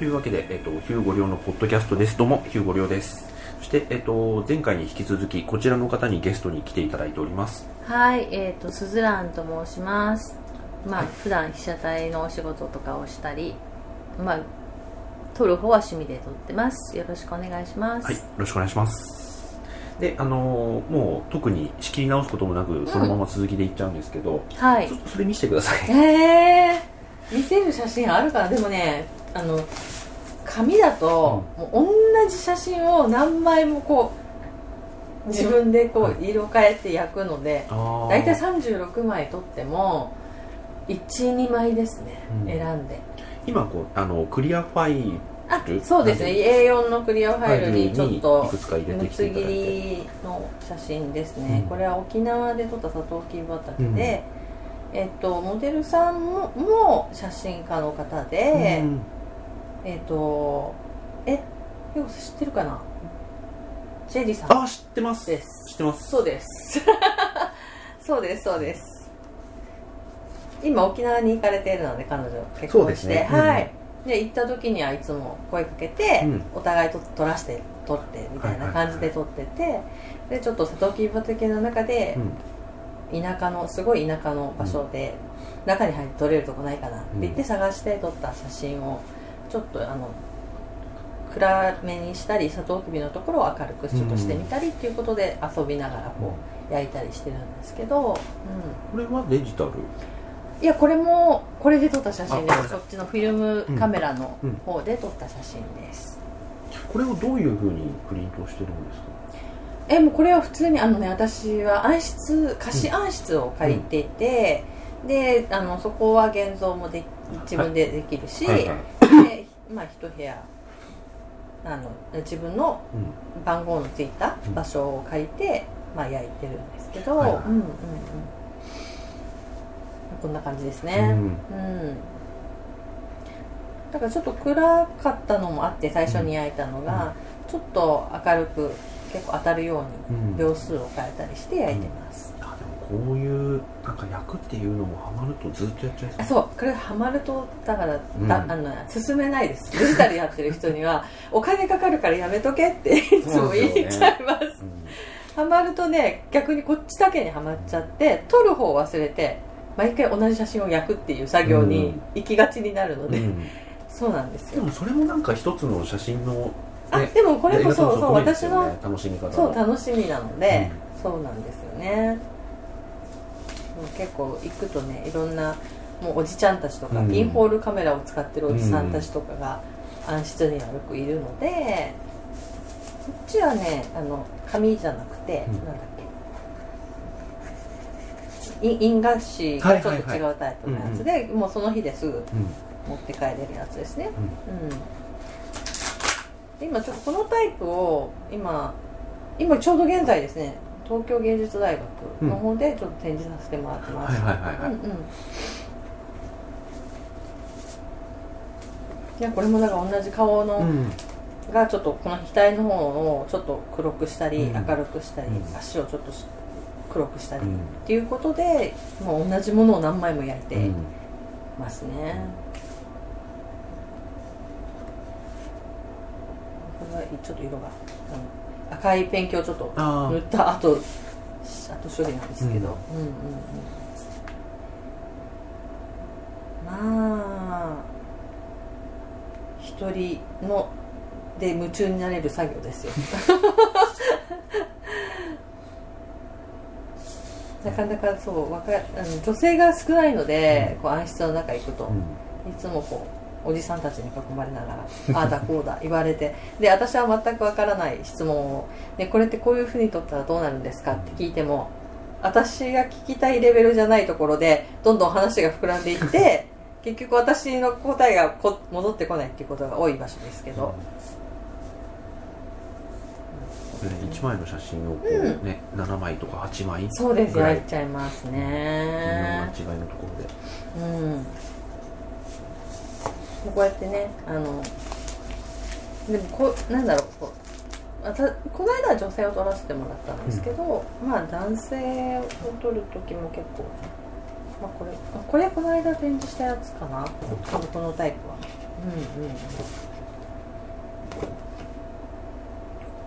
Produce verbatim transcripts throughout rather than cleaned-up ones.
というわけで、えっと、ヒューゴリョウのポッドキャストです。どうも、ヒューゴリョウです。そして、えっと、前回に引き続き、こちらの方にゲストに来ていただいております。 はい、えっと、すずらんと申します。まあ、 はい、 普段被写体のお仕事とかをしたり、まあ、撮る方は趣味で撮ってます。よろしくお願いします。 はい、よろしくお願いします。で、あのー、もう特に仕切り直すこともなく、そのまま続きでいっちゃうんですけど、うん、はい。ちょっとそれ見せてください。 えー、見せる写真あるかな。でもね、あの、紙だと、うん、もう同じ写真を何枚もこう自分でこう色変えて焼くので、はい、だいたいさんじゅうろくまい撮ってもいち、にまいですね、うん、選んで。 今こうあのクリアファイル、 あ、そうですね、エーよん のクリアファイルにちょっとむつ切りの写真ですね、うん、これは沖縄で撮ったサトウキビ畑で、うん、えっと、モデルさん も, も写真家の方で、うん、えっとえよく知ってるかな、ジェリさん。 あ、知ってますです。 知ってます。 そうですそうですそうです。今沖縄に行かれているので、彼女結婚して、ね、はい、うん、で行った時にはいつも声かけて、うん、お互いと撮らせて撮ってみたいな感じで撮ってて、はいはいはい、でちょっとサトウキビ畑の中で、うん、田舎のすごい田舎の場所で、うん、中に入って撮れるとこないかなって言って探して撮った写真をちょっとあの暗めにしたり、サトウキビのところを明るくちょっとしてみたりっていうことで遊びながらこう焼いたりしてるんですけど、うん、これはデジタル？ いや、これもこれで撮った写真です。そっちのフィルムカメラの方で撮った写真です、 うんうん、これをどういうふうにプリントしてるんですか？ えもうこれは普通にあのね、私は暗室貸し暗室を借りていて、うん、であのそこは現像もで自分でできるし、はいはいはい、でまあ一部屋あの自分の番号のついた場所を借りて、うん、まあ、焼いてるんですけど、はいはい、うんうんうん、こんな感じですね、うんうん、だからちょっと暗かったのもあって、最初に焼いたのが、うん、ちょっと明るく結構当たるように秒数を変えたりして焼いてます、 うんうん、あでもこういうなんか焼くっていうのもハマるとずっとやっちゃいそう。 あ、そう、これハマるとだから、うん、だあの進めないです。デジタルやってる人にはお金かかるからやめとけっていつも言っちゃいます。ハマるとね、逆にこっちだけにはまっちゃって、撮る方を忘れて毎回同じ写真を焼くっていう作業に行きがちになるので、うん、そうなんですよ。 でもそれもなんか一つの写真の、ね、 あ、でもこれもそうそう、私の楽しみ方、 そう楽しみなので、うん、そうなんですよね。結構行くとね、いろんなもうおじちゃんたちとか、うん、ピンホールカメラを使ってるおじさんたちとかが暗室にはよくいるので、こっちはね、あの紙じゃなくて、うん、なんだっけ、印画紙がちょっと違うタイプのやつで、はいはいはい、もうその日ですぐ持って帰れるやつですね、うんうん、で今ちょっとこのタイプを今今ちょうど現在ですね、東京芸術大学の方でちょっと展示させてもらってます。いや、これもだから同じ顔の、うん、がちょっとこの額の方をちょっと黒くしたり、うん、明るくしたり、うん、足をちょっと黒くしたり、うん、っていうことでもう同じものを何枚も焼いてますね、うん、これはちょっと色が赤いペンキをちょっと塗った後後処理なんですけど、うんうんうんうん、まあ一人ので夢中になれる作業ですよなかなかそうわかあの女性が少ないので、うん、こう暗室の中行くと、うん、いつもこうおじさんたちに囲まれながらああだこうだ言われて、で私は全くわからない質問を、でこれってこういうふうに取ったらどうなるんですかって聞いても、私が聞きたいレベルじゃないところでどんどん話が膨らんでいって結局私の答えがこ戻ってこないっていうことが多い場所ですけど、 うん、いちまいの写真をこう、ね、うん、ななまいとかはちまいそうです、焼いちゃいますね、 違いのところで、 うん、こうやってね、あのでもこなんだろう、こうこの間は女性を撮らせてもらったんですけど、うん、まあ男性を撮る時も結構、まあ、これこれこの間展示したやつかな、このタイプは、うんうん、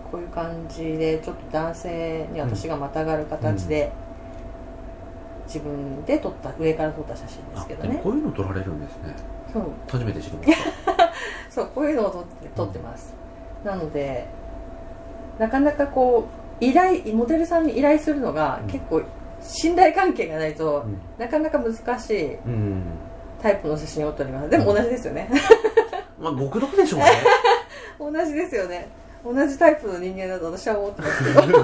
こういう感じでちょっと男性に私がまたがる形で、うん、自分で撮った上から撮った写真ですけどね。 でもこういうの撮られるんですね。 そう初めて知りましたそうこういうのを撮って撮ってます、うん、なのでなかなかこう依頼モデルさんに依頼するのが結構信頼関係がないと、うん、なかなか難しいタイプの写真を撮ります。でも同じですよね、 うん、まあ僕どこでしょうね同じですよね。同じタイプの人間だと私は思ってますけど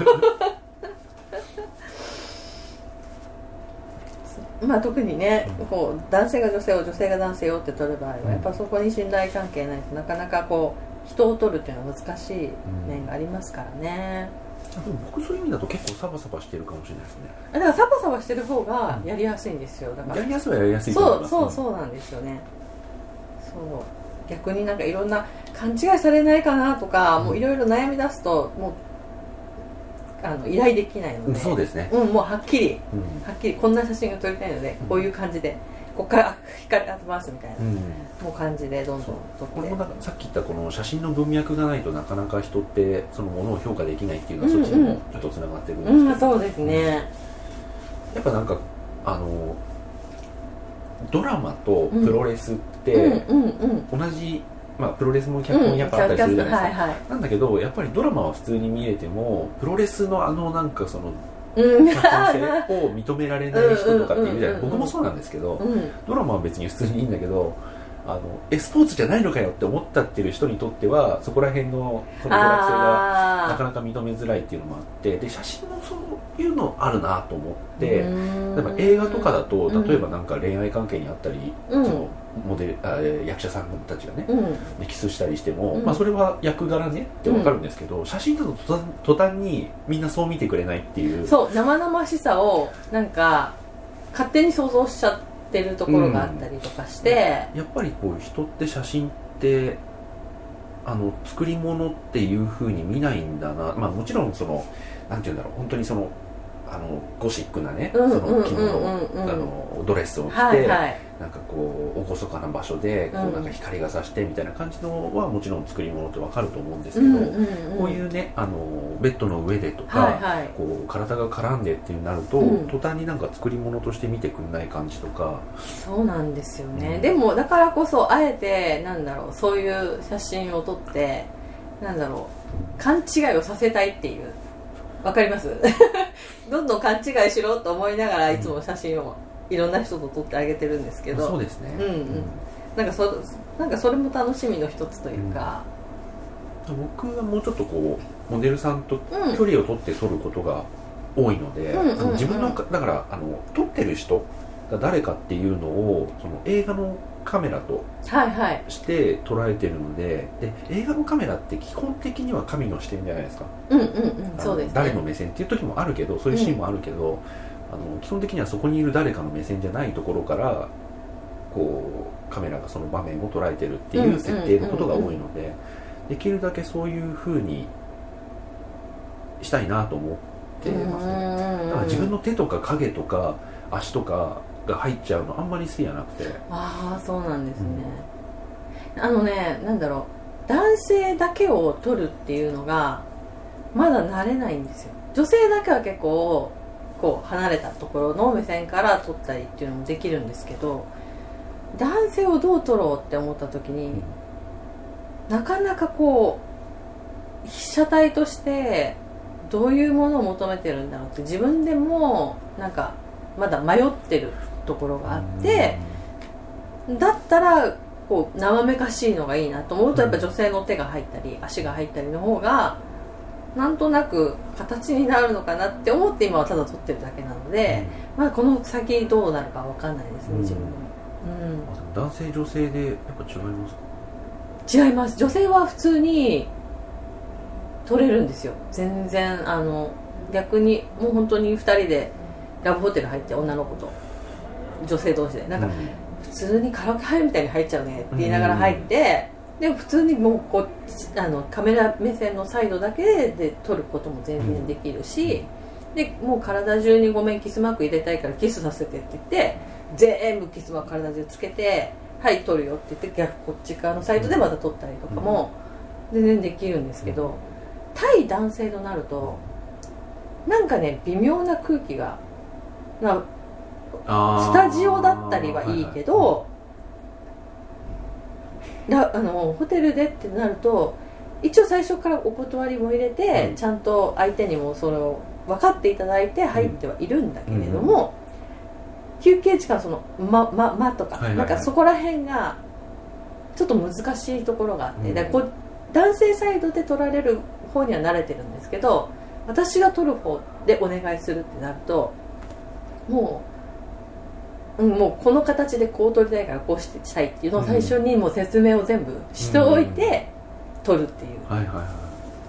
まあ特にね、こう男性が女性を女性が男性をって撮る場合はやっぱそこに信頼関係ないとなかなかこう人を撮るっていうのは難しい面がありますからね、 うん、でも僕そういう意味だと結構サバサバしてるかもしれないですね。 だからサバサバしてる方がやりやすいんですよ。だからやりやすいはやりやすいと思います。 そうそうそうなんですよね。そう逆になんかいろんな勘違いされないかなとか、うん、もういろいろ悩み出すともうあの依頼できないので、うん、 そうですね、 うん、もうはっきり、 うん、 はっきりこんな写真が撮りたいので、うん、こういう感じでここから光当てますみたいな、うん、もう感じでどんどん撮って、 これもなんかさっき言ったこの写真の文脈がないとなかなか人ってそのものを評価できないっていうのはそっちにもちょっとつながってるんですけど、 うんうん、そうですね、 やっぱなんかあのドラマとプロレスって同じ、まあ、プロレスも脚本やっぱあったりするじゃないですか、うんはいはい、なんだけどやっぱりドラマは普通に見えてもプロレスのあのなんかその脚本性を認められない人とかっているじゃない。僕もそうなんですけど、うん、ドラマは別に普通にいいんだけどあのえスポーツじゃないのかよって思ったってる人にとってはそこら辺のその娯楽性がなかなか認めづらいっていうのもあって、で写真もそういうのあるなと思って、例えば映画とかだと例えばなんか恋愛関係にあったり、うん、そのモデルあ役者さんたちがね、うん、キスしたりしても、うん、まあ、それは役柄ねって分かるんですけど、うん、写真だと途端、途端にみんなそう見てくれないっていう、 そう生々しさをなんか勝手に想像しちゃってるところがあったりとかして、 うん、やっぱりこう人って写真ってあの作り物っていう風に見ないんだな、まあ、もちろんそのなんていうんだろう本当にそのあのゴシックなね、その着物ドレスを着て、はいはい、なんかこう厳かな場所でこうなんか光が差してみたいな感じのはもちろん作り物ってわかると思うんですけど、うんうんうん、こういうねあのベッドの上でとか、はいはい、こう体が絡んでってなると、うん、途端になんか作り物として見てくんない感じとか。 そうなんですよね、うん、でもだからこそあえてなんだろうそういう写真を撮ってなんだろう勘違いをさせたいっていう、わかりますどんどん勘違いしろと思いながらいつも写真をいろんな人と撮ってあげてるんですけど、 そうですね、 うんうん、なんかそ、なんかそれも楽しみの一つというか、 うん、僕はもうちょっとこうモデルさんと距離を取って撮ることが多いので、うん、自分のだからあの撮ってる人が誰かっていうのをその映画のカメラとして捉えてるので、はいはい、で映画のカメラって基本的には神の視点じゃないですか、 うんうんうん、そうですね、 誰の目線っていう時もあるけどそういうシーンもあるけど、うん、あの基本的にはそこにいる誰かの目線じゃないところからこうカメラがその場面を捉えてるっていう設定のことが多いので、できるだけそういう風にしたいなと思ってますね。だから自分の手とか影とか足とかが入っちゃうのあんまり好きじゃなくて。 ああそうなんですね、うん、あのねなんだろう男性だけを撮るっていうのがまだ慣れないんですよ。女性だけは結構こう離れたところの目線から撮ったりっていうのもできるんですけど、男性をどう撮ろうって思った時に、うん、なかなかこう被写体としてどういうものを求めてるんだろうって自分でもなんかまだ迷ってるところがあって、だったらこう生めかしいのがいいなと思うとやっぱ女性の手が入ったり足が入ったりの方がなんとなく形になるのかなって思って今はただ撮ってるだけなので、うん、まあこの先どうなるかわかんないですね、うん、自分でも、 うん、男性女性でやっぱ違いますか？違います。女性は普通に撮れるんですよ全然。あの逆にもう本当にふたりでラブホテル入って女の子と女性同士でなんか、うん、普通にカラオケ入るみたいに入っちゃうねって言いながら入って、うん、でも普通にもうこうあのカメラ目線のサイドだけで撮ることも全然できるし、うん、でもう体中にごめんキスマーク入れたいからキスさせてって言って全部キスマーク体中つけてはい撮るよって言って逆こっち側のサイトでまた撮ったりとかも全然できるんですけど、 対男性となるとなんかね微妙な空気がなスタジオだったりはいいけど、はいはい、だあのホテルでってなると一応最初からお断りも入れて、うん、ちゃんと相手にもそれを分かっていただいて入ってはいるんだけれども、うん、休憩時間その間、まま、とか、はいはいはい、なんかそこら辺がちょっと難しいところがあって、うん、だからこう男性サイドで取られる方には慣れてるんですけど私が取る方でお願いするってなるともう、うん、もうこの形でこう取りたいからこうしたいっていうのを最初にもう説明を全部しておいて取るっていう、 うんはいはいはい、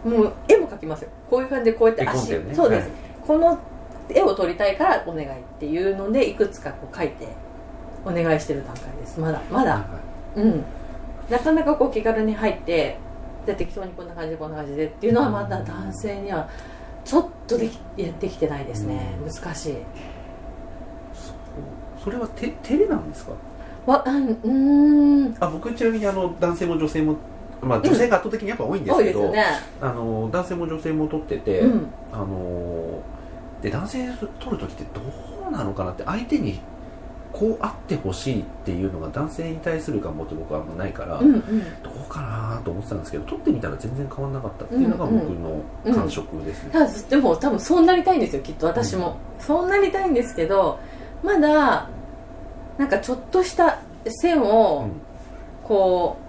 もう絵も描きますよこういう感じでこうやって足、ね、そうです、はい、この絵を撮りたいからお願いっていうのでいくつかこう描いてお願いしてる段階ですまだまだ、はいはい、うんなかなかこう気軽に入ってで適当にこんな感じでこんな感じでっていうのはまだ男性にはちょっとできやってきてないですね、うん、難しい。 そ, それはて照れなんですか？ わあうんあ僕ちなみにあの男性も女性も、まあ、女性が圧倒的にやっぱ多いんですけど、うんね、あの男性も女性も撮ってて、うん、あので男性撮るときってどうなのかなって相手にこうあってほしいっていうのが男性に対する願望って僕はあんまないから、うんうん、どうかなと思ってたんですけど撮ってみたら全然変わらなかったっていうのが僕の感触ですね、 うんうんうん、でも多分そうなりたいんですよきっと私も、うん、そうなりたいんですけどまだなんかちょっとした線をこ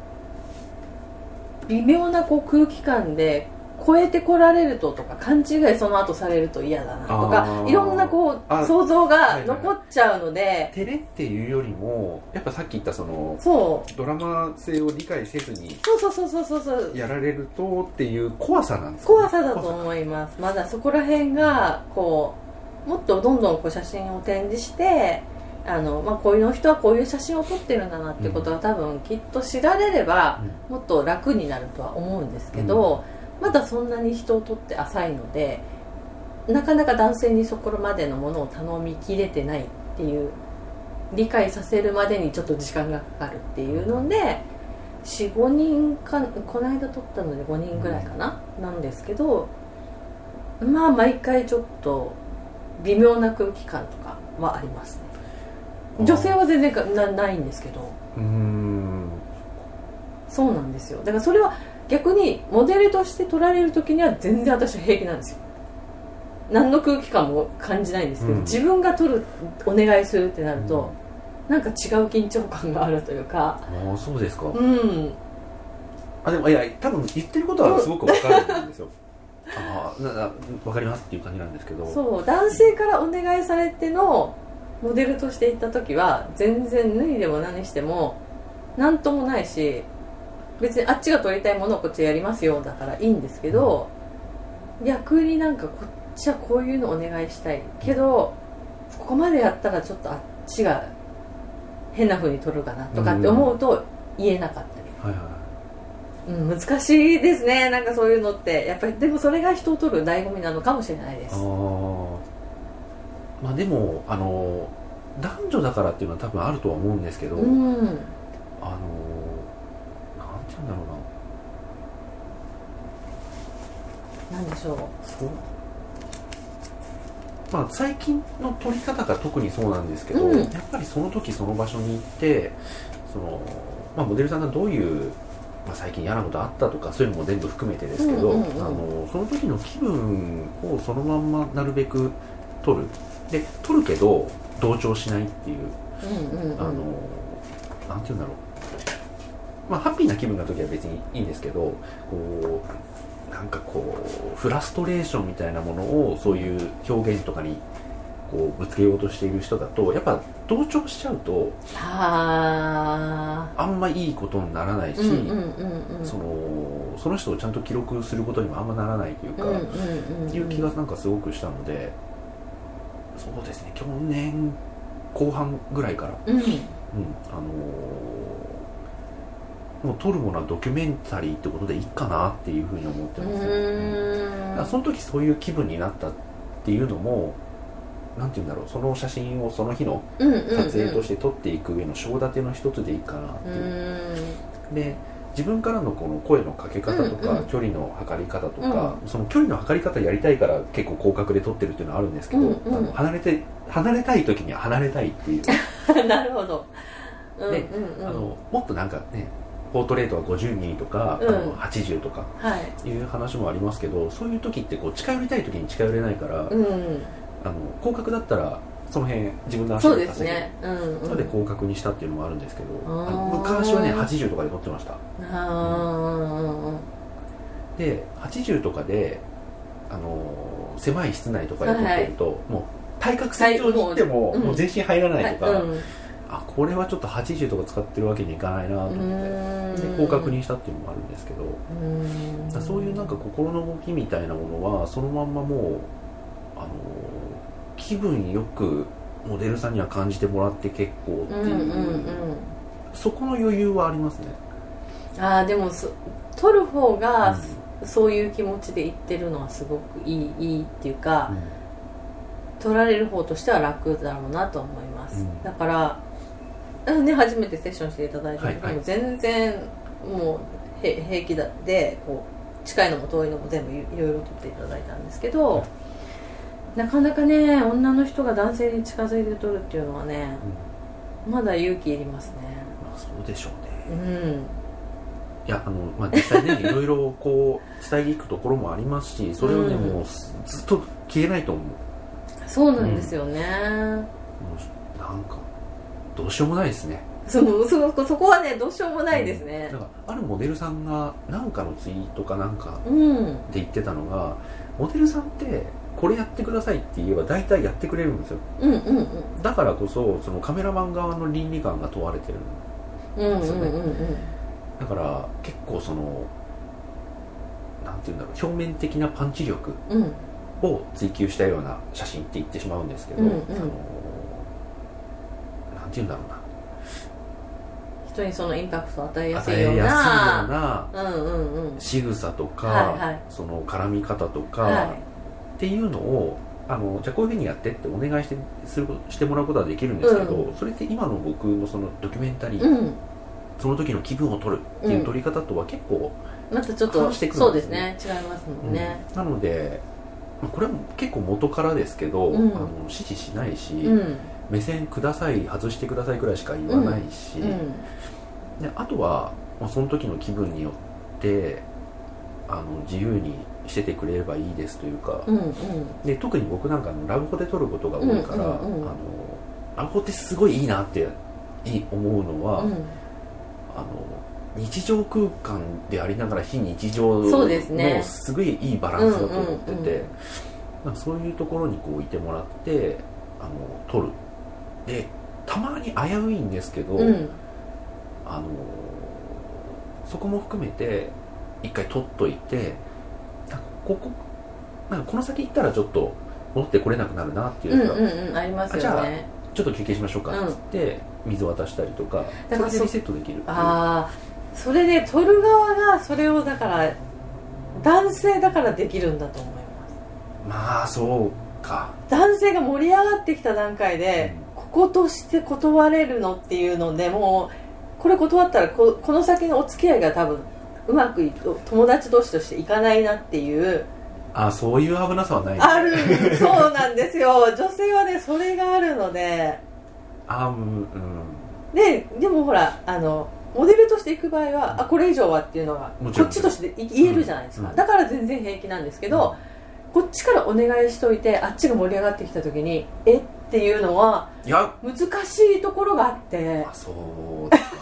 う微妙なこう空気感で超えてこられるととか勘違いその後されると嫌だなとかいろんなこう想像が残っちゃうので、はいはいはい、 照れっていうよりもやっぱさっき言ったそのそうドラマ性を理解せずにそうそうそうそうそうそうやられるとっていう怖さなんですかね。 怖さだと思います。まだそこら辺がこうもっとどんどんこう写真を展示してあの、まあ、こういう人はこういう写真を撮ってるんだなってことが多分きっと知られれば、うん、もっと楽になるとは思うんですけど、うん、まだそんなに人を撮って浅いのでなかなか男性にそこまでのものを頼みきれてないっていう理解させるまでにちょっと時間がかかるっていうので よん,ご 人かこの間撮ったのでごにんぐらいかな、うん、なんですけどまあ毎回ちょっと微妙な空気感とかはありますね。女性は全然 な, ないんですけどうーんそうなんですよ。だからそれは逆にモデルとして撮られる時には全然私は平気なんですよ。何の空気感も感じないんですけど、うん、自分が撮るお願いするってなると、うん、なんか違う緊張感があるというか。 ああそうですか。 うんあでもいや多分言ってることはすごく分かるんですよああなな分かりますっていう感じなんですけどそう男性からお願いされてのモデルとして行った時は全然脱いでも何しても何ともないし別にあっちが撮りたいものをこっちやりますよだからいいんですけど、うん、逆になんかこっちはこういうのお願いしたいけどここまでやったらちょっとあっちが変な風に撮るかなとかって思うと言えなかったり、 はいはいうん、難しいですね。なんかそういうのってやっぱりでもそれが人を撮る醍醐味なのかもしれないです。 あまあでもあの男女だからっていうのは多分あるとは思うんですけど、うん、あのなんていうんだろうななんでしょうそうまあ最近の撮り方が特にそうなんですけど、うん、やっぱりその時その場所に行ってその、まあ、モデルさんがどういうまあ、最近嫌なことあったとかそういうのも全部含めてですけど、うんうんうん、あのその時の気分をそのまんまなるべく撮るで撮るけど同調しないっていう、うんうんうん、あのなんていうんだろうまあハッピーな気分の時は別にいいんですけどこうなんかこうフラストレーションみたいなものをそういう表現とかにこうぶつけようとしている人だとやっぱ同調しちゃうとああんまいいことにならないし、うんうんうんうん、そのその人をちゃんと記録することにもあんまならないというか、うんうんうんうん、っていう気がなんかすごくしたのでそうですね去年後半ぐらいから、うんうん、あのー、もう撮るものはドキュメンタリーってことでいいかなっていうふうに思ってますね、うん、だからその時そういう気分になったっていうのもなんていうんだろうその写真をその日の撮影として撮っていく上の章立ての一つでいいかなっていう、うんうんうん、で自分からのこの声のかけ方とか、うんうん、距離の測り方とか、うん、その距離の測り方やりたいから結構広角で撮ってるっていうのはあるんですけど、うんうん、あの離れて離れたい時には離れたいっていうなるほど、 うんうんうん、あのもっとなんかねポートレートはごじゅうミリとか、うん、あのはちじゅうとかいう話もありますけど、はい、そういう時ってこう近寄りたい時に近寄れないから、うん、あの広角だったらその辺自分の足で稼げる、そうですね、うんうん、それで広角にしたっていうのもあるんですけど、あの昔はねはちじゅうとかで撮ってました。あ、うん、ではちじゅうとかであの狭い室内とかで撮ってると、はい、もう対角線上に行っても、はい、もう全身入らないとか、はい、うん、あこれはちょっとはちじゅうとか使ってるわけにいかないなと思ってで広角にしたっていうのもあるんですけど、うんだそういうなんか心の動きみたいなものはそのまんまもうあの気分よくモデルさんには感じてもらって結構っていう、うんうんうん、そこの余裕はありますね。 あでも撮る方が、うん、そういう気持ちで言ってるのはすごくいい、いいっていうか、うん、撮られる方としては楽だろうなと思います、うん、だからね、初めてセッションしていただいた時も、はいはい、全然もう平気だでこう近いのも遠いのも全部いろいろ撮っていただいたんですけど、はい、なかなかね女の人が男性に近づいて撮るっていうのはね、うん、まだ勇気いりますね。 まあ、そうでしょうね、うん、いやあの、まあ、実際ねいろいろこう伝えに行くところもありますしそれをね、うん、もうずっと消えないと思う。 そうなんですよね、うん、 なんかどうしようもないですね。 そのそのそこはねどうしようもないですね、 うん、だからあるモデルさんが何かのツイートかなんかで言ってたのが、うん、モデルさんってこれやってくださいって言えば大体やってくれるんですよ、うんうんうん、だからこそそのカメラマン側の倫理観が問われてるんですよね、うんうんうんうん、だから結構そのなんていうんだろう表面的なパンチ力を追求したような写真って言ってしまうんですけど、うんうん、あのなんていうんだろうな人にそのインパクトを与えやすいような仕草とか、はいはい、その絡み方とか、はい、っていうのをあのじゃあこういうふうにやってってお願いしてするしてもらうことはできるんですけど、うん、それって今の僕のそのドキュメンタリー、うん、その時の気分を撮るっていう撮り方とは結構またちょっとそうですね違いますもんね、 うん、なのでこれは結構元からですけど、うん、あの指示しないし、うん目線ください外してくださいくらいしか言わないし、うんうん、であとは、まあ、その時の気分によってあの自由にしててくれればいいですというか、うんうん、で特に僕なんかのラブホで撮ることが多いから、うんうんうん、あのラブホってすごいいいなって思うのは、うん、あの日常空間でありながら非日常のすごいいいバランスだと思ってて、うんうんうん、そういうところにこういてもらってあの撮るでたまに危ういんですけど、うん、あのそこも含めて一回取っといてここなんかこの先行ったらちょっと戻ってこれなくなるなっていうか、 うんうんうん、ありますよね。 じゃあちょっと休憩しましょうかっつって水渡したりとか、うん、それでリセットできるっていう。 ああそれで取る側がそれをだから男性だからできるんだと思います。 まあそうか男性が盛り上がってきた段階で、うんこことして断れるのっていうのでもうこれ断ったら こ, この先のお付き合いが多分うまくい友達同士としていかないなっていうあそういう危なさはない、 ね、あるそうなんですよ女性はねそれがあるのであうんうんででもほらあのモデルとして行く場合はあこれ以上はっていうのがこっちとして言えるじゃないですか、うんうん、だから全然平気なんですけど、うん、こっちからお願いしといてあっちが盛り上がってきた時にえっっていうのは難しいところがあってあそうですか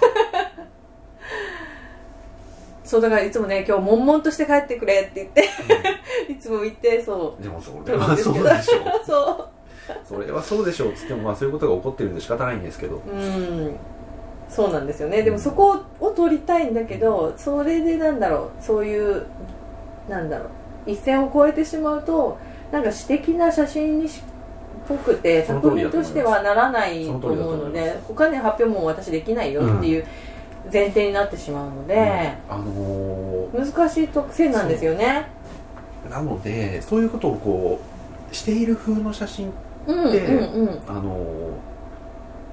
そうだからいつもね今日悶々として帰ってくれって言って、うん、いつも言ってそうでもそれはそうでしょうそうそれはそうでしょうつってもまあそういうことが起こってるんで仕方ないんですけどうんそうなんですよね、うん、でもそこを撮りたいんだけどそれでなんだろうそういうなんだろう一線を越えてしまうとなんか私的な写真にしぽくて作品としてはならないと思うのでお金発表も私できないよっていう前提になってしまうので、うんあのー、難しい特性なんですよね。 なのでそういうことをこうしている風の写真って、うんうんうん、あのー、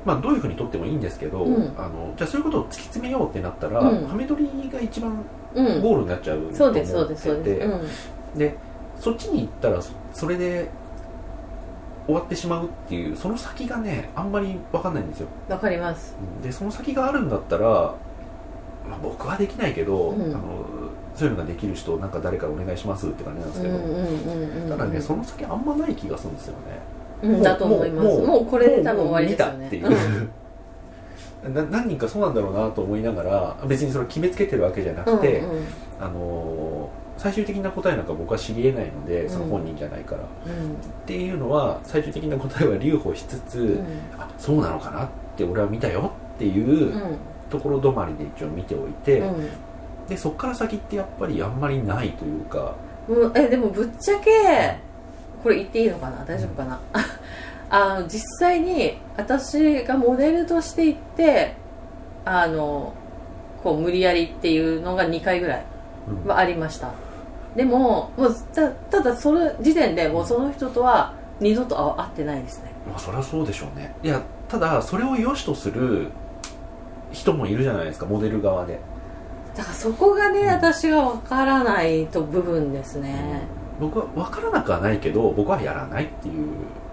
まあ、どういうふうに撮ってもいいんですけど、うん、あのじゃあそういうことを突き詰めようってなったら、うん、ハメ撮りが一番ゴールになっちゃうと思ってて、でそっちに行ったら そ, それで終わってしまうっていうその先がねあんまり分かんないんですよ。 わかります。 でその先があるんだったら、まあ、僕はできないけど、うん、あのそういうのができる人なんか誰かお願いしますって感じなんですけど、ただねその先あんまない気がするんですよね。 うん、だと思います。も う, もうこれで多分終わりですよね。 見たっていう、うん、な何人かそうなんだろうなと思いながら別にそれ決めつけてるわけじゃなくて、うんうん、あの最終的な答えなんか僕は知り得ないので、その本人じゃないから、うん、っていうのは最終的な答えは留保しつつ、うん、あそうなのかなって俺は見たよっていうところ止まりで一応見ておいて、うん、でそっから先ってやっぱりあんまりないというか、 うん、えでもぶっちゃけこれ言っていいのかな、大丈夫かな、うん、あの実際に私がモデルとして行ってあのこう無理やりっていうのがにかいぐらいはありました、うん、でも、もう た, ただその時点でもうその人とは二度と会ってないですね。 まあそりゃそうでしょうね。いやただそれを良しとする人もいるじゃないですか、モデル側で。 だからそこがね、うん、私が分からないと部分ですね、 うん、僕は分からなくはないけど僕はやらないっていう、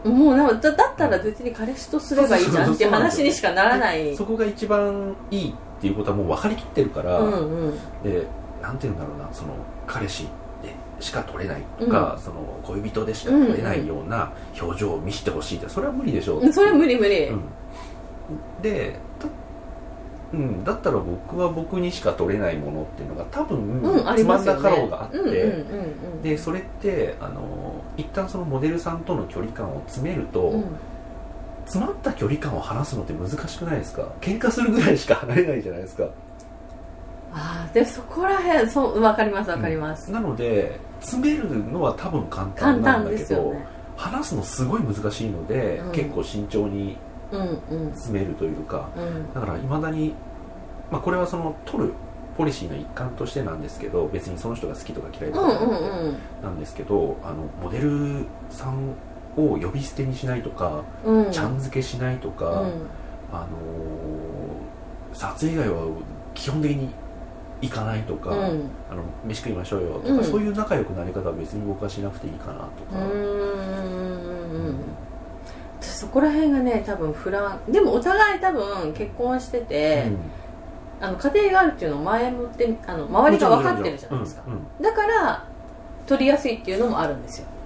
もう だ, だったら別に彼氏とすればいいじゃんっていう話にしかならない。 そこが一番いいっていうことはもう分かりきってるから、うんうん、でなんていうんだろうな、その彼氏でしか撮れないとか、うん、その恋人でしか撮れないような表情を見せてほしいって、それは無理でしょう、 うん、それは無理無理、 うん、でうん、だったら僕は僕にしか撮れないものっていうのが多分、うん、つまんなかろうがあって、でそれってあの一旦そのモデルさんとの距離感を詰めると、うん、詰まった距離感を離すのって難しくないですか？喧嘩するぐらいしか離れないじゃないですか。 ああ、でそこら辺そう分かります分かります、 うん、なので詰めるのは多分簡単なんだけど、ね、離すのすごい難しいので、うん、結構慎重に詰めるというか、うんうん、だからいまだに、まあ、これはその取るポリシーの一環としてなんですけど、別にその人が好きとか嫌いとかなんですけど、うんうんうん、あのモデルさんを呼び捨てにしないとか、うん、ちゃん付けしないとか、うん、あのー、撮影以外は基本的に行かないとか、うん、あの飯食いましょうよとか、うん、そういう仲良くなり方は別に僕はしなくていいかなとか。うーん、 うん、そこら辺がね多分フランでもお互い多分結婚してて、うん、あの家庭があるっていうのを前もってあの周りが分かってるじゃないですか、うんうん、だから取りやすいっていうのもあるんですよ。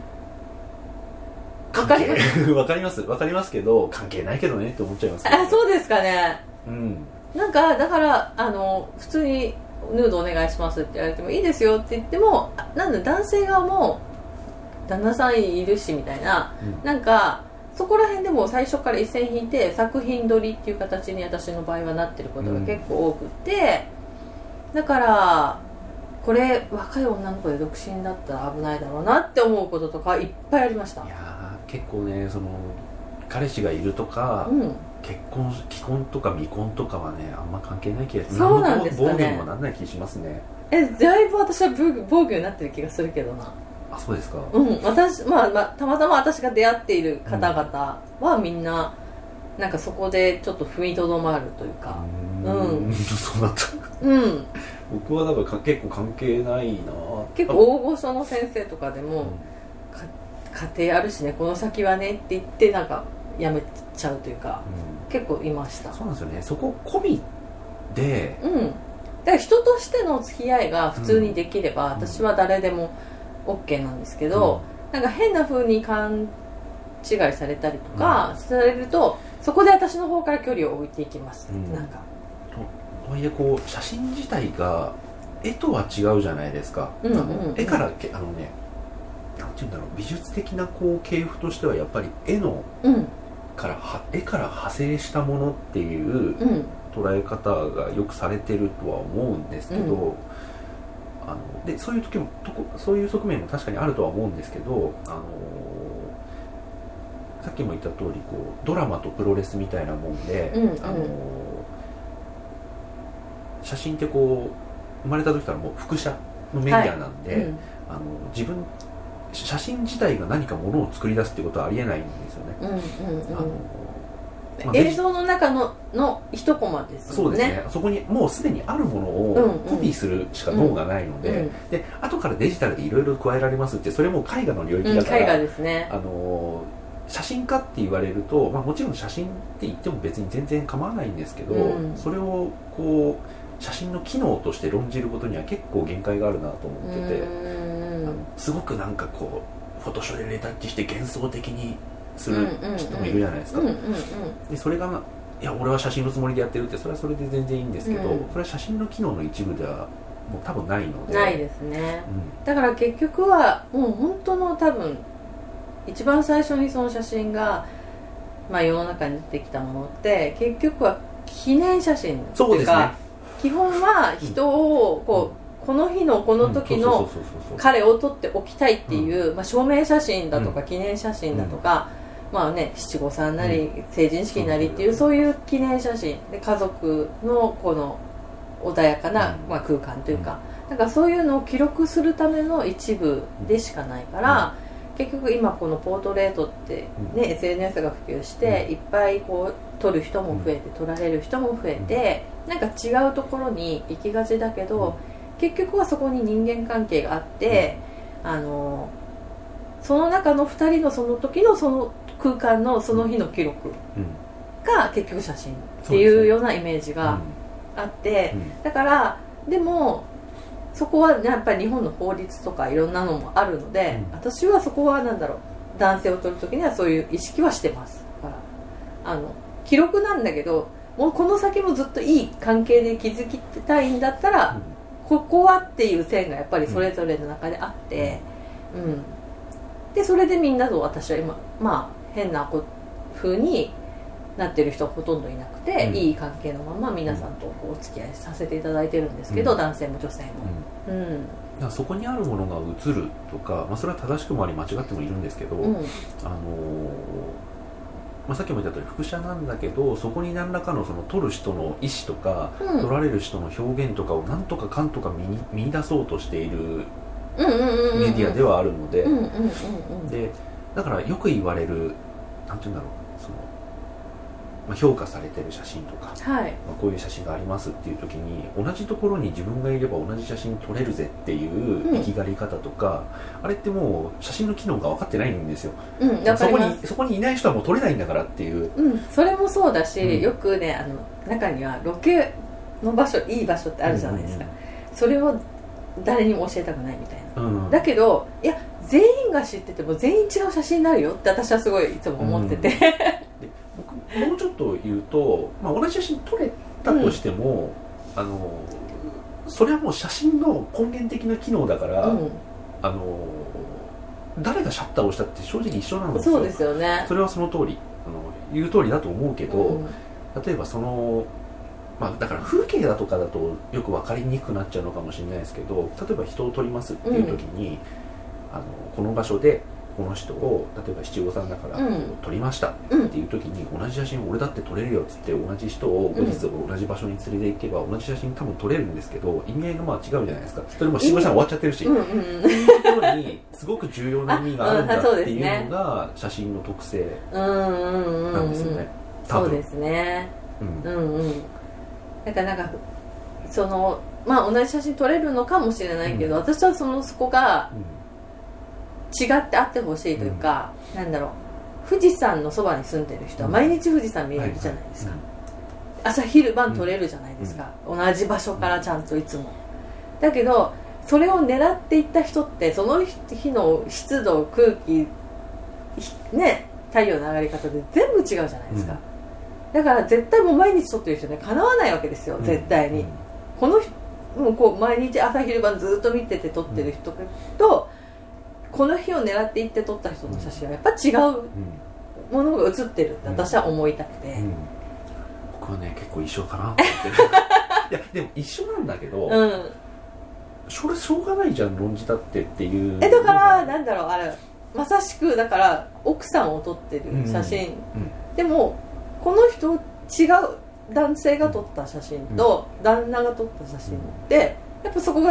分かります分かります分かりますけど関係ないけどねって思っちゃいますけど、ね、 あ、そうですかね。 うん、 なんかだからあの普通にヌードお願いしますって言われてもいいですよって言っても、なんだ男性側も旦那さんいるしみたいな、うん、なんかそこら辺でも最初から一線引いて作品撮りっていう形に私の場合はなってることが結構多くて、うん、だからこれ若い女の子で独身だったら危ないだろうなって思うこととかいっぱいありました。 いや結構ね、その彼氏がいるとか、うん、結婚既婚とか未婚とかはねあんま関係ない気がする。 そうなんですかね。 防御にもなんない気しますね。 え、だいぶ私は防御になってる気がするけどな。 あ、そうですか。 うん、私、まあ、まあ、たまたま私が出会っている方々はみんな、うん、なんかそこでちょっと踏みとどまるというか。うん。うん、 そうだった。 うん。 僕はだからか結構関係ないな。 結構大御所の先生とかでも、うん、家庭あるしねこの先はねって言ってなんかやめちゃうというか、うん、結構いました。 そうなんですよね。そこ込みで、 うん、だから人としての付き合いが普通にできれば、うん、私は誰でも OK なんですけど、うん、なんか変な風に勘違いされたりとか、うん、されるとそこで私の方から距離を置いていきます、うん、なんかとはいえこう写真自体が絵とは違うじゃないですか、うんうんうん、あの絵からあのねなんていうんだろう、美術的なこう系譜としてはやっぱり絵の、うん、からは絵から派生したものっていう捉え方がよくされてるとは思うんですけど、うん、あのでそういう時もとこそういう側面も確かにあるとは思うんですけど、あのさっきも言った通りこうドラマとプロレスみたいなもんで、うんうん、あの写真ってこう生まれた時からもう複写のメディアなんで、はい、うん、あの自分写真自体が何かものを作り出すっていうことはありえないんですよね。うんうんうん、あのまあ、 映像の中のの一コマですもんね。そうですね。そこにもうすでにあるものをコピーするしか脳がないので、うんうん、で後からデジタルでいろいろ加えられますって、それも絵画の領域だから、うん、 絵画ですね。 あの写真家って言われると、まあ、もちろん写真って言っても別に全然構わないんですけど、うん、それをこう写真の機能として論じることには結構限界があるなと思ってて、うん、すごくなんかこうフォトショーでレタッチして幻想的にする人もいるじゃないですか。でそれがいや俺は写真のつもりでやってるって、それはそれで全然いいんですけど、うん、それは写真の機能の一部ではもう多分ないので。 ないですね、うん、だから結局はもう本当の多分一番最初にその写真が、まあ、世の中に出てきたものって結局は記念写真っていうか、ね、基本は人をこう、うん、この日のこの時の彼を撮っておきたいっていう、うん、まあ、証明写真だとか記念写真だとか、うん、まあね、七五三なり、うん、成人式なりっていうそういう記念写真で家族のこの穏やかな、まあ、空間というか、うん、なんかそういうのを記録するための一部でしかないから、うん、結局今このポートレートってね、うん、エスエヌエス が普及して、うん、いっぱいこう撮る人も増えて、うん、撮られる人も増えて、うん、なんか違うところに行きがちだけど、うん、結局はそこに人間関係があって、うん、あのその中のふたりのその時のその空間のその日の記録が結局写真っていうようなイメージがあって、うんうん、だからでもそこはやっぱり日本の法律とかいろんなのもあるので、うん、私はそこはなんだろう、男性を撮るときにはそういう意識はしてます。だからあの記録なんだけど、もうこの先もずっといい関係で築きたいんだったら、うん、ここはっていう線がやっぱりそれぞれの中であって、うん、うん、でそれでみんなと私は今まあ変な風になってる人はほとんどいなくて、うん、いい関係のまま皆さんとこうお付き合いさせていただいてるんですけど、うん、男性も女性も、うんうん、だからそこにあるものが映るとか、まあ、それは正しくもあり間違ってもいるんですけど、うん、あのーまあ、さっきも言った通り複写なんだけど、そこに何らかのその撮る人の意思とか、うん、撮られる人の表現とかをなんとかかんとか 見, 見出そうとしているメディアではあるので、でだからよく言われるなんていうんだろう、そのまあ、評価されてる写真とか、はい、まあ、こういう写真がありますっていう時に同じところに自分がいれば同じ写真撮れるぜっていう生きがり方とか、うん、あれってもう写真の機能が分かってないんですよ、うん、そこにそこにいない人はもう撮れないんだからっていう、 うん、それもそうだし、うん、よくね、あの中にはロケの場所、いい場所ってあるじゃないですか、うんうん、それを誰にも教えたくないみたいな、うん、だけどいや全員が知ってても全員違う写真になるよって私はすごいいつも思ってて、うん、で僕もうちょっと言うと、まあ、同じ写真撮れたとしても、うん、あのそれはもう写真の根源的な機能だから、うん、あの誰がシャッターを押したって正直一緒なんですよ。 そうですよね。 それはその通り、あの言う通りだと思うけど、うん、例えばそのまあ、だから風景だとかだとよく分かりにくくなっちゃうのかもしれないですけど、例えば人を撮りますっていう時に、うん、あのこの場所でこの人を例えば七五三だから撮りましたっていう時に、同じ写真俺だって撮れるよっつって同じ人を後日同じ場所に連れて行けば同じ写真多分撮れるんですけど、意味合いがまあ違うじゃないですか。それも七五三終わっちゃってるし、うんうん、っていうところにすごく重要な意味があるんだっていうのが写真の特性なんですよね。 そうですね、うんうんうん、だからなんかそのまあ同じ写真撮れるのかもしれないけど、うん、私はそのそこが違ってあってほしいというか、うん、なんだろう、富士山のそばに住んでる人は毎日富士山見えるじゃないですか、うん、朝昼晩撮れるじゃないですか、うん、同じ場所からちゃんといつも。だけどそれを狙っていった人ってその日の湿度、空気ね、太陽の上がり方で全部違うじゃないですか、うん、だから絶対もう毎日撮ってる人ね、かなわないわけですよ、うん、絶対に、うん、このもうこう毎日朝昼晩ずっと見てて撮ってる人と、うん、この日を狙っていって撮った人の写真はやっぱ違うものが写ってるって私は思いたくて、うんうん、 僕はね結構一緒かなって思っていやでも一緒なんだけど、うん、それしょうがないじゃん論じたってっていう。 えだからなんだろう、あれまさしくだから奥さんを撮ってる写真、うんうんうん、でもこの人違う男性が撮った写真と旦那が撮った写真ってやっぱそこが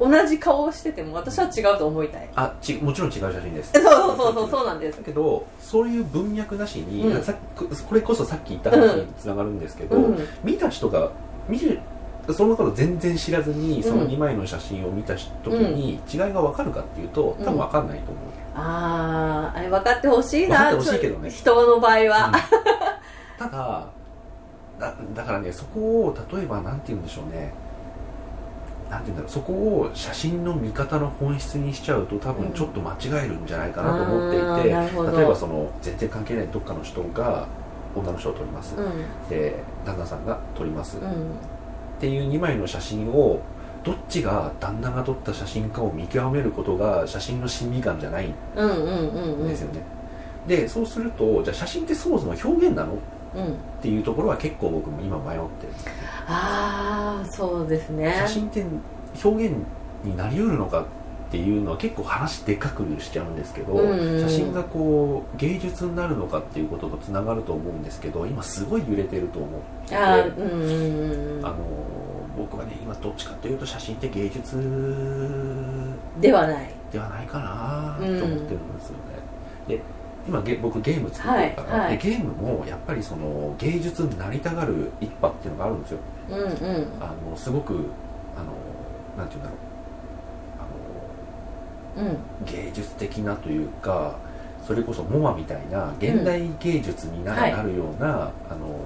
同じ顔をしてても私は違うと思いたい。 あちもちろん違う写真です。 そうそうそうそうそうなんです。 だけどそういう文脈なしに、 うん、 さこれこそさっき言った話につながるんですけど、うん、見た人が見るその頃全然知らずにそのにまいの写真を見た時に違いが分かるかっていうと、多分分かんないと思う。 うん、あああれ分かってほしいな。 分かってほしいけどね、 人の場合は、うん、 ただだだからね、そこを例えばなんて言うんでしょうね、なんて言うんだろう、そこを写真の見方の本質にしちゃうと多分ちょっと間違えるんじゃないかなと思っていて、うん、例えばその全然関係ないどっかの人が女の人を撮ります、うん、で旦那さんが撮ります、うん、っていうにまいの写真をどっちが旦那が撮った写真かを見極めることが写真の審美眼じゃないんですよね。でそうするとじゃあ写真ってそもそも表現なの、うん、っていうところは結構僕も今迷ってる。 ああそうですね。 写真って表現になりうるのかっていうのは結構話でかくしちゃうんですけど、うんうん、写真がこう芸術になるのかっていうこととつながると思うんですけど、今すごい揺れてると思ってて、あ、うんうんうん、あの僕はね今どっちかというと写真って芸術ではないではないかなと思ってるんですよね、うん、で今ゲ僕ゲーム作ってるから、はいはい、でゲームもやっぱりその芸術になりたがる一派っていうのがあるんですよ、うんうん、あのすごくあのなんていうんだろう、あの、うん、芸術的なというか、それこそモアみたいな現代芸術になる、うん、なるような、はい、あの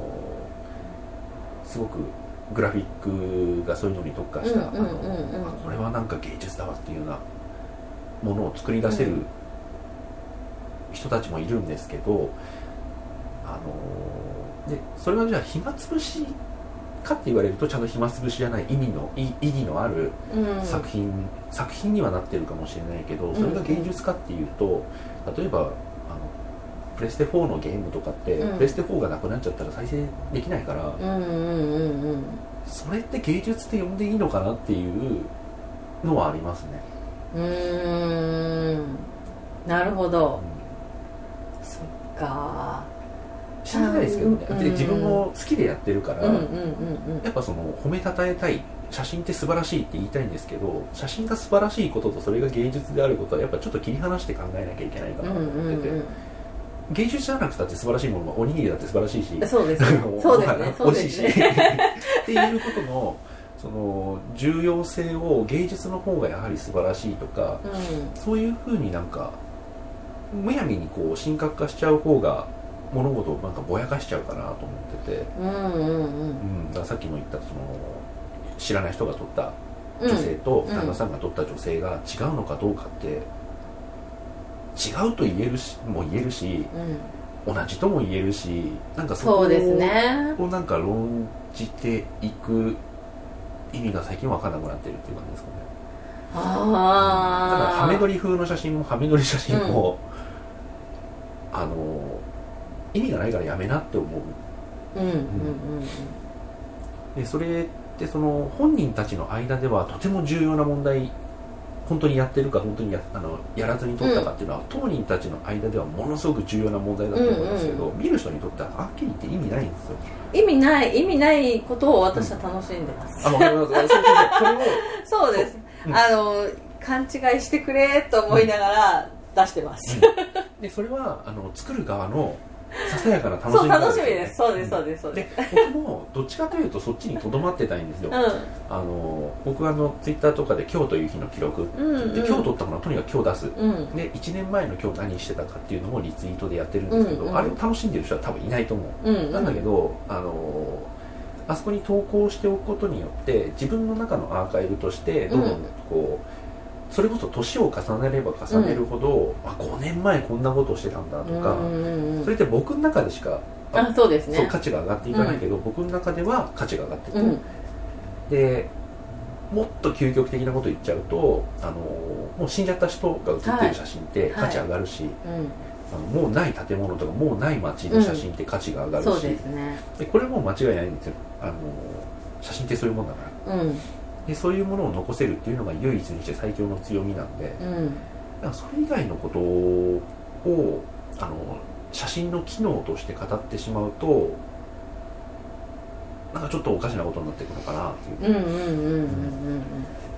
すごくグラフィックがそういうのに特化した、これはなんか芸術だわっていうようなものを作り出せる、うん人たちもいるんですけど、あのでそれはじゃあ暇つぶしかって言われるとちゃんと暇つぶしじゃない意味の意義のある作品、うん、作品にはなってるかもしれないけど、それが芸術かっていうと、例えばあのプレステフォーのゲームとかって、うん、プレステフォーがなくなっちゃったら再生できないから、うんうんうんうん、それって芸術って呼んでいいのかなっていうのはありますね。 うーん、なるほど、うんそっか知らないですけどね、うんうん、で自分も好きでやってるから、うんうんうんうん、やっぱその褒めたたえたい、写真って素晴らしいって言いたいんですけど、写真が素晴らしいこととそれが芸術であることはやっぱちょっと切り離して考えなきゃいけないかなと思ってて、うんうんうん、芸術じゃなくたって素晴らしいものはおにぎりだって素晴らしいし、 そうですねそうですね美味しいしっていうことのその重要性を芸術の方がやはり素晴らしいとか、うん、そういうふうになんかむやみにこう神格化しちゃう方が物事をなんかぼやかしちゃうかなと思ってて、うんうんうんうん、だからさっきも言ったその知らない人が撮った女性と旦那さんが撮った女性が違うのかどうかって、違うと言えるしも言えるし、うん、同じとも言えるし、なんかそこを、ね、なんか論じていく意味が最近分からなくなってるっていう感じですかね。あ、だからハメ撮り風の写真もハメ撮り写真も、うん、あの意味がないからやめなって思う、うんうんうんうん、でそれってその本人たちの間ではとても重要な問題、本当にやってるか本当に や, あのやらずに撮ったかっていうのは、うん、当人たちの間ではものすごく重要な問題だと思うんですけど、うんうん、見る人にとってははっきり言って意味ないんですよ。 意味ない意味ないことを私は楽しんでます、うん、あ、わかります。そうそうそう、それもそうです、うん、あの勘違いしてくれと思いながら出してます、 うん、でそれはあの作る側のささやかな楽しみ、ね、そう楽しみです。そうですそうですそうです。 で僕もどっちかというとそっちにとどまってたいんですよ、うん、あの僕はあのツイッターとかで今日という日の記録って言って、うんうん、今日撮ったものはとにかく今日出す、うん、でいちねんまえの今日何してたかっていうのもリツイートでやってるんですけど、うんうん、あれを楽しんでる人は多分いないと思う、うんうん、なんだけどあのあそこに投稿しておくことによって自分の中のアーカイブとしてどんどんこう、それこそ年を重ねれば重ねるほど、うん、あごねんまえこんなことをしてたんだとか、うんうんうん、それって僕の中でしかあそうですね、 そう価値が上がっていかないけど、うん、僕の中では価値が上がってて、うん、でもっと究極的なこと言っちゃうとあのもう死んじゃった人が写ってる写真って価値上がるし、はいはい、うんあのもうない建物とかもうない街の写真って価値が上がるし、うん、そうですね、でこれも間違いないんですよ。あの写真ってそういうもんだから、うん、でそういうものを残せるっていうのが唯一にして最強の強みなんで、うん、だからそれ以外のことをあの写真の機能として語ってしまうとなんかちょっとおかしなことになっていくのかなっていう。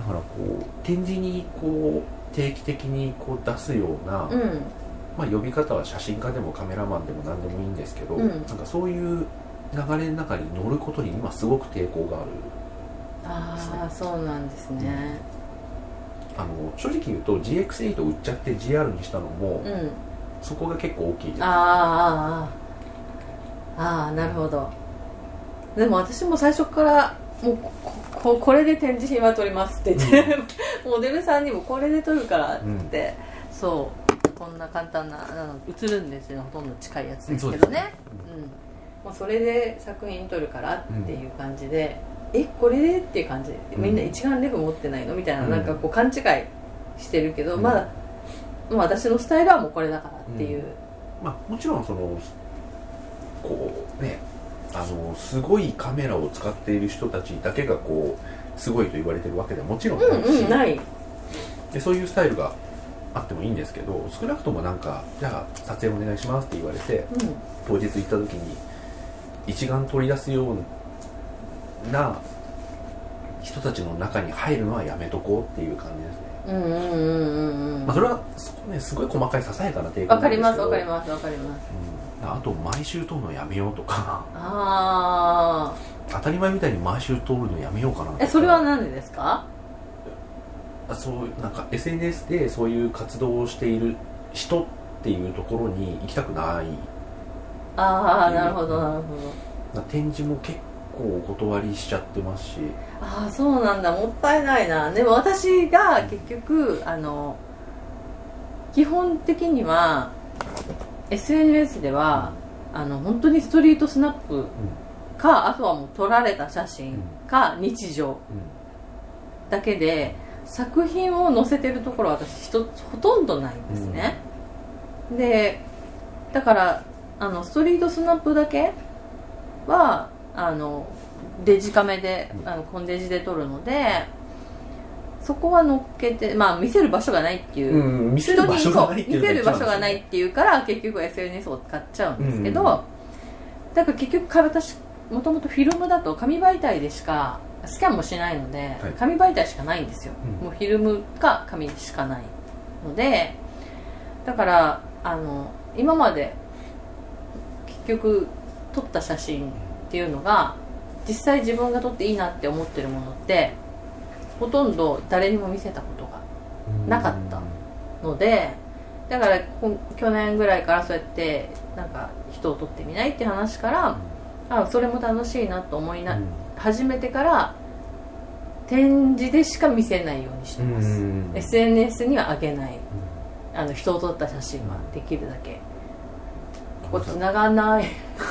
からこう展示にこう定期的にこう出すような、うん、まあ、呼び方は写真家でもカメラマンでも何でもいいんですけど、うん、なんかそういう流れの中に乗ることに今すごく抵抗がある、ね、 ああそうなんですね、 うん、あの正直言うと ジーエックスエイト 売っちゃって ジーアール にしたのも、うん、そこが結構大きいです。 ああああなるほど。でも私も最初からもう こ, これで展示品は撮りますって言って、うん、モデルさんにもこれで撮るからって、うん、そうこんな簡単なあの映るんですよ、ほとんど近いやつですけどね、うん、うん、もうそれで作品撮るからっていう感じで、うん、えこれでっていう感じで、みんな一眼レフ持ってないのみたいな、うん、なんかこう勘違いしてるけど、うん、まだもう私のスタイルはもうこれだからっていう、うん、 まあもちろんそのこうね、あのすごいカメラを使っている人たちだけがこうすごいと言われてるわけではもちろんないし、うんうん、ないでそういうスタイルがあってもいいんですけど、少なくともなんかじゃあ撮影お願いしますって言われて、うん、当日行った時に一眼取り出すような人たちの中に入るのはやめとこうっていう感じですね。うんうんうんうん、まあ、それはそこ、ね、すごい細かいささやかな抵抗わかりますわかりますわかります、 うん、あと毎週撮るのやめようとかあ当たり前みたいに毎週撮るのやめようかなとか。 えそれは何でですか？ そうなんか エスエヌエス でそういう活動をしている人っていうところに行きたくない。 ああなるほどなるほど。展示も結構お断りしちゃってますし。 ああそうなんだ、もったいないな。でも私が結局あの基本的には エスエヌエス では、うん、あの本当にストリートスナップか、うん、あとはもう撮られた写真か、うん、日常だけで作品を載せてるところは私ほとんどないんですね、うん、でだからあのストリートスナップだけはあのデジカメで、うん、あのコンデジで撮るのでそこは乗っけて、まあ見せる場所がないっていう、 うん、見せる場所がないっていう、 見せる場所がないっていうから結局 エスエヌエス を使っちゃうんですけど、うんうん、だから結局私もともとフィルムだと紙媒体でしかスキャンもしないので、はい、紙媒体しかないんですよ、うん、もうフィルムか紙しかないので、だからあの今まで結局撮った写真っていうのが実際自分が撮っていいなって思ってるものってほとんど誰にも見せたことがなかったので、だから去年ぐらいからそうやってなんか人を撮ってみないって話から、あそれも楽しいなと思いな、始めてから展示でしか見せないようにしてます。 エスエヌエス には上げない、あの人を撮った写真はできるだけ。ここ繋がんない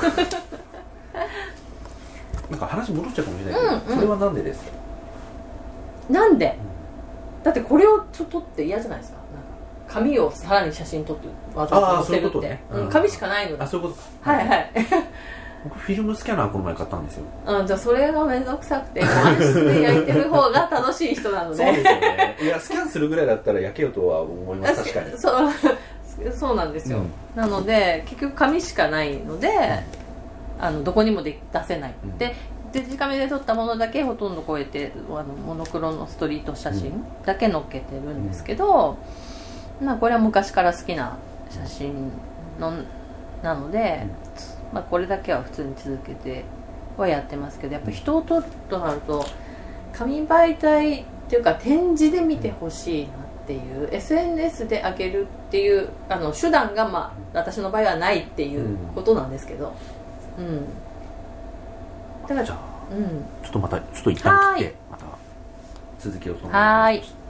なんか話戻っちゃうかもしれないけど、うんうん、それはなんでですか？ なんで、うん、だってこれをちょっと撮って嫌じゃないですか。なんか紙をさらに写真撮ってわざと載せるって、ね、うん、紙しかないので。 あ、そういうことか。はいはい僕フィルムスキャナーこの前買ったんですよ。 うん、じゃあそれが面倒くさくて安心で焼いてる方が楽しい人なのでそうですよね。いやスキャンするぐらいだったら焼けよとは思います。確かにそうそうなんですよ、うん、なので結局紙しかないので、うん、あのどこにもで出せない、うん、でデジカメで撮ったものだけほとんどこうやってあのモノクロのストリート写真だけ載っけてるんですけど、うん、まあこれは昔から好きな写真のなので、うん、まあ、これだけは普通に続けてはやってますけど、やっぱ人を撮るとなると紙媒体っていうか展示で見てほしいなっていう、 エスエヌエス で上げるっていうあの手段が、まあ、私の場合はないっていうことなんですけど、うん、うん、 だからじゃあ、うん、ちょっとまたちょっと一旦切ってまた続きをそのまま。 はい。